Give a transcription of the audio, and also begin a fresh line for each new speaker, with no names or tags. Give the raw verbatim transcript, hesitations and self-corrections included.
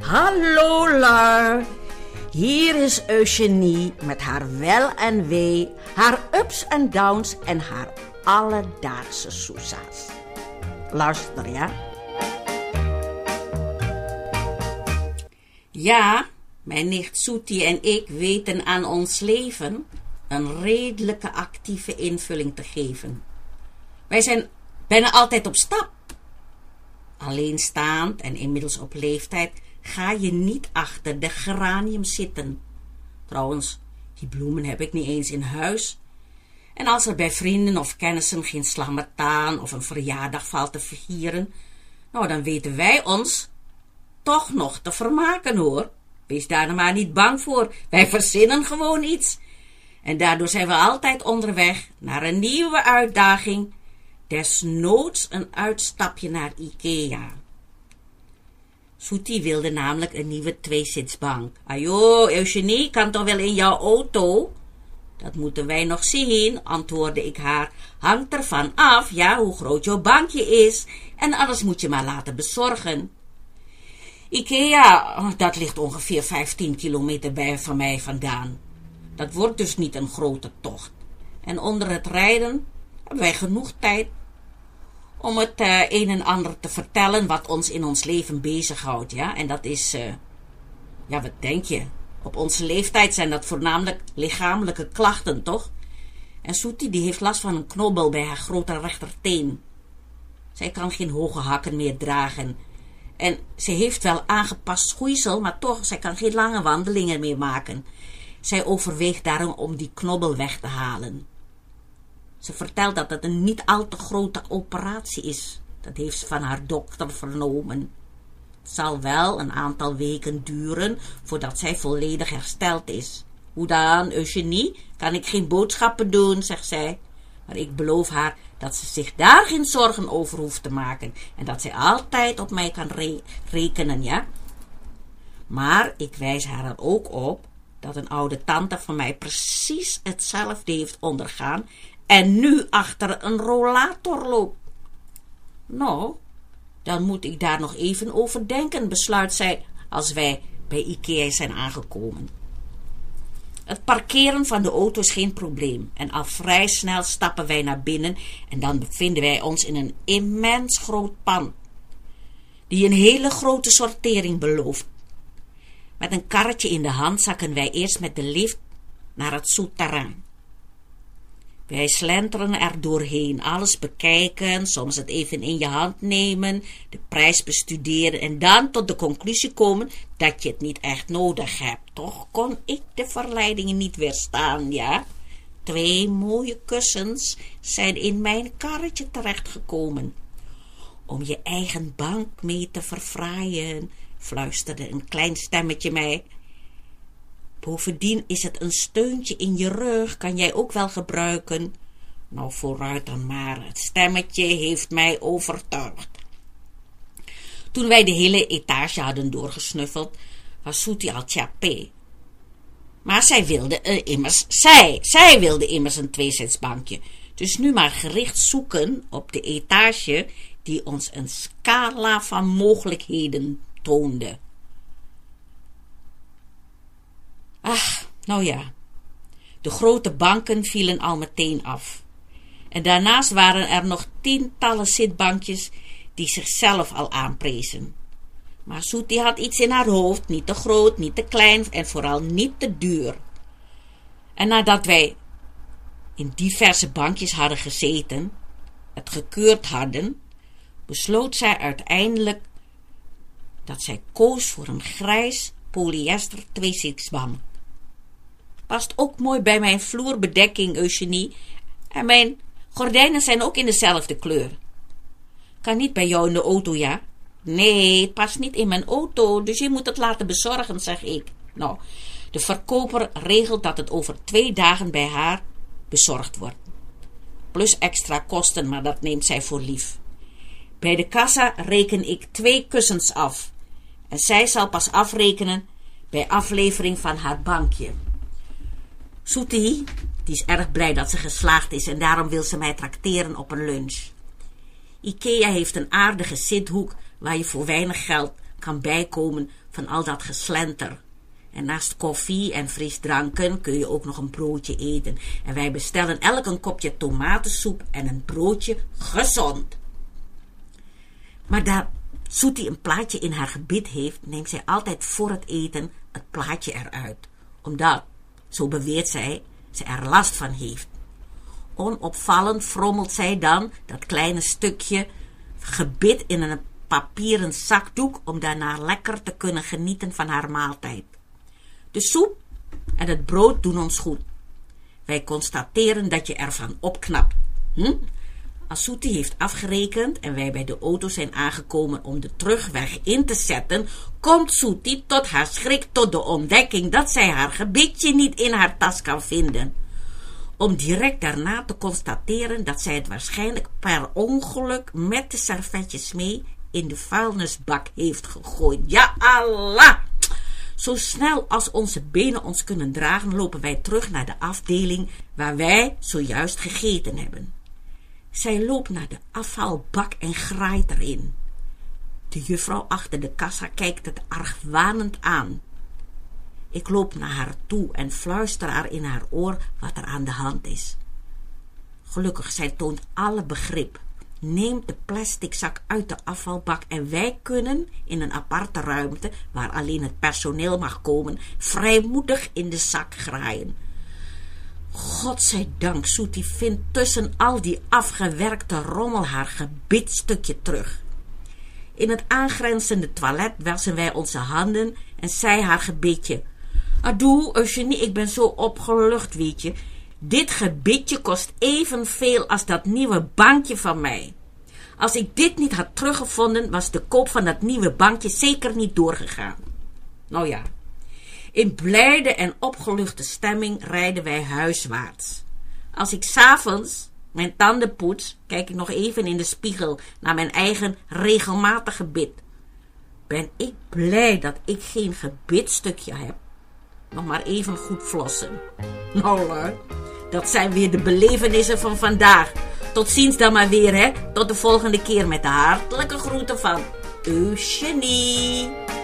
Hallo Lar, hier is Eugenie met haar wel en wee, haar ups en downs en haar alledaagse soesa's. Luister, ja?
Ja, mijn nicht Soetie en ik weten aan ons leven een redelijke actieve invulling te geven. Wij zijn bijna altijd op stap. Alleenstaand en inmiddels op leeftijd ga je niet achter de geranium zitten. Trouwens, die bloemen heb ik niet eens in huis. En als er bij vrienden of kennissen geen slammertaan of een verjaardag valt te vieren, nou dan weten wij ons toch nog te vermaken, hoor. Wees daar maar niet bang voor. Wij verzinnen gewoon iets. En daardoor zijn we altijd onderweg naar een nieuwe uitdaging. Desnoods een uitstapje naar Ikea. Soetie wilde namelijk een nieuwe tweezitsbank. Ajo, Eugenie, kan toch wel in jouw auto? Dat moeten wij nog zien, antwoordde ik haar. Hangt ervan af, ja, hoe groot jouw bankje is. En alles moet je maar laten bezorgen. Ikea, dat ligt ongeveer vijftien kilometer bij van mij vandaan. Dat wordt dus niet een grote tocht. En onder het rijden hebben wij genoeg tijd om het uh, een en ander te vertellen wat ons in ons leven bezighoudt, ja. En dat is, uh, ja, wat denk je? Op onze leeftijd zijn dat voornamelijk lichamelijke klachten, toch? En Soetie, die heeft last van een knobbel bij haar grote rechterteen. Zij kan geen hoge hakken meer dragen. En ze heeft wel aangepast schoeisel, maar toch, zij kan geen lange wandelingen meer maken. Zij overweegt daarom om die knobbel weg te halen. Ze vertelt dat het een niet al te grote operatie is. Dat heeft ze van haar dokter vernomen. Het zal wel een aantal weken duren voordat zij volledig hersteld is. Hoe dan, Eugenie? Kan ik geen boodschappen doen, zegt zij. Maar ik beloof haar dat ze zich daar geen zorgen over hoeft te maken. En dat zij altijd op mij kan re- rekenen, ja? Maar ik wijs haar er ook op dat een oude tante van mij precies hetzelfde heeft ondergaan en nu achter een rollator loopt. Nou, dan moet ik daar nog even over denken, besluit zij als wij bij Ikea zijn aangekomen. Het parkeren van de auto is geen probleem en al vrij snel stappen wij naar binnen en dan bevinden wij ons in een immens groot pand die een hele grote sortering belooft. Met een karretje in de hand zakken wij eerst met de lift naar het souterrain. Wij slenteren er doorheen, alles bekijken, soms het even in je hand nemen, de prijs bestuderen en dan tot de conclusie komen dat je het niet echt nodig hebt. Toch kon ik de verleidingen niet weerstaan, ja? Twee mooie kussens zijn in mijn karretje terechtgekomen. Om je eigen bank mee te verfraaien, fluisterde een klein stemmetje mij. Bovendien is het een steuntje in je rug, kan jij ook wel gebruiken. Nou, vooruit dan maar, het stemmetje heeft mij overtuigd. Toen wij de hele etage hadden doorgesnuffeld, was Soetie al tjapé. Maar zij wilde uh, immers, zij, zij wilde immers een tweezitsbankje. Dus nu maar gericht zoeken op de etage die ons een scala van mogelijkheden toonde. Ach, nou ja, de grote banken vielen al meteen af. En daarnaast waren er nog tientallen zitbankjes die zichzelf al aanprezen. Maar Soetie had iets in haar hoofd, niet te groot, niet te klein en vooral niet te duur. En nadat wij in diverse bankjes hadden gezeten, het gekeurd hadden, besloot zij uiteindelijk dat zij koos voor een grijs polyester tweezitsbank. Past ook mooi bij mijn vloerbedekking, Eugenie, en mijn gordijnen zijn ook in dezelfde kleur. Kan niet bij jou in de auto, ja? Nee, het past niet in mijn auto, dus je moet het laten bezorgen, zeg ik. Nou, de verkoper regelt dat het over twee dagen bij haar bezorgd wordt. Plus extra kosten, maar dat neemt zij voor lief. Bij de kassa reken ik twee kussens af. En zij zal pas afrekenen bij aflevering van haar bankje. Soetie, die is erg blij dat ze geslaagd is en daarom wil ze mij trakteren op een lunch. Ikea heeft een aardige zithoek waar je voor weinig geld kan bijkomen van al dat geslenter. En naast koffie en frisdranken kun je ook nog een broodje eten. En wij bestellen elk een kopje tomatensoep en een broodje gezond. Maar daar Soetie een plaatje in haar gebit heeft, neemt zij altijd voor het eten het plaatje eruit. Omdat, zo beweert zij, ze er last van heeft. Onopvallend frommelt zij dan dat kleine stukje gebit in een papieren zakdoek om daarna lekker te kunnen genieten van haar maaltijd. De soep en het brood doen ons goed. Wij constateren dat je ervan opknapt. Hm? Als Soetie heeft afgerekend en wij bij de auto zijn aangekomen om de terugweg in te zetten, komt Soetie tot haar schrik tot de ontdekking dat zij haar gebitje niet in haar tas kan vinden. Om direct daarna te constateren dat zij het waarschijnlijk per ongeluk met de servetjes mee in de vuilnisbak heeft gegooid. Ja, Allah! Zo snel als onze benen ons kunnen dragen, lopen wij terug naar de afdeling waar wij zojuist gegeten hebben. Zij loopt naar de afvalbak en graait erin. De juffrouw achter de kassa kijkt het argwanend aan. Ik loop naar haar toe en fluister haar in haar oor wat er aan de hand is. Gelukkig, zij toont alle begrip. Neemt de plastic zak uit de afvalbak en wij kunnen in een aparte ruimte, waar alleen het personeel mag komen, vrijmoedig in de zak graaien. Godzijdank, Soetie vindt tussen al die afgewerkte rommel haar gebitstukje terug. In het aangrenzende toilet wassen wij onze handen en zij haar gebitje. Adoe, Eugenie, ik ben zo opgelucht, weet je. Dit gebitje kost evenveel als dat nieuwe bankje van mij. Als ik dit niet had teruggevonden, was de koop van dat nieuwe bankje zeker niet doorgegaan. Nou ja, in blijde en opgeluchte stemming rijden wij huiswaarts. Als ik 's avonds mijn tanden poets, kijk ik nog even in de spiegel naar mijn eigen regelmatig gebit. Ben ik blij dat ik geen gebitstukje heb. Nog maar even goed flossen. Nou, lui, dat zijn weer de belevenissen van vandaag. Tot ziens dan maar weer, hè. Tot de volgende keer met de hartelijke groeten van Eugenie.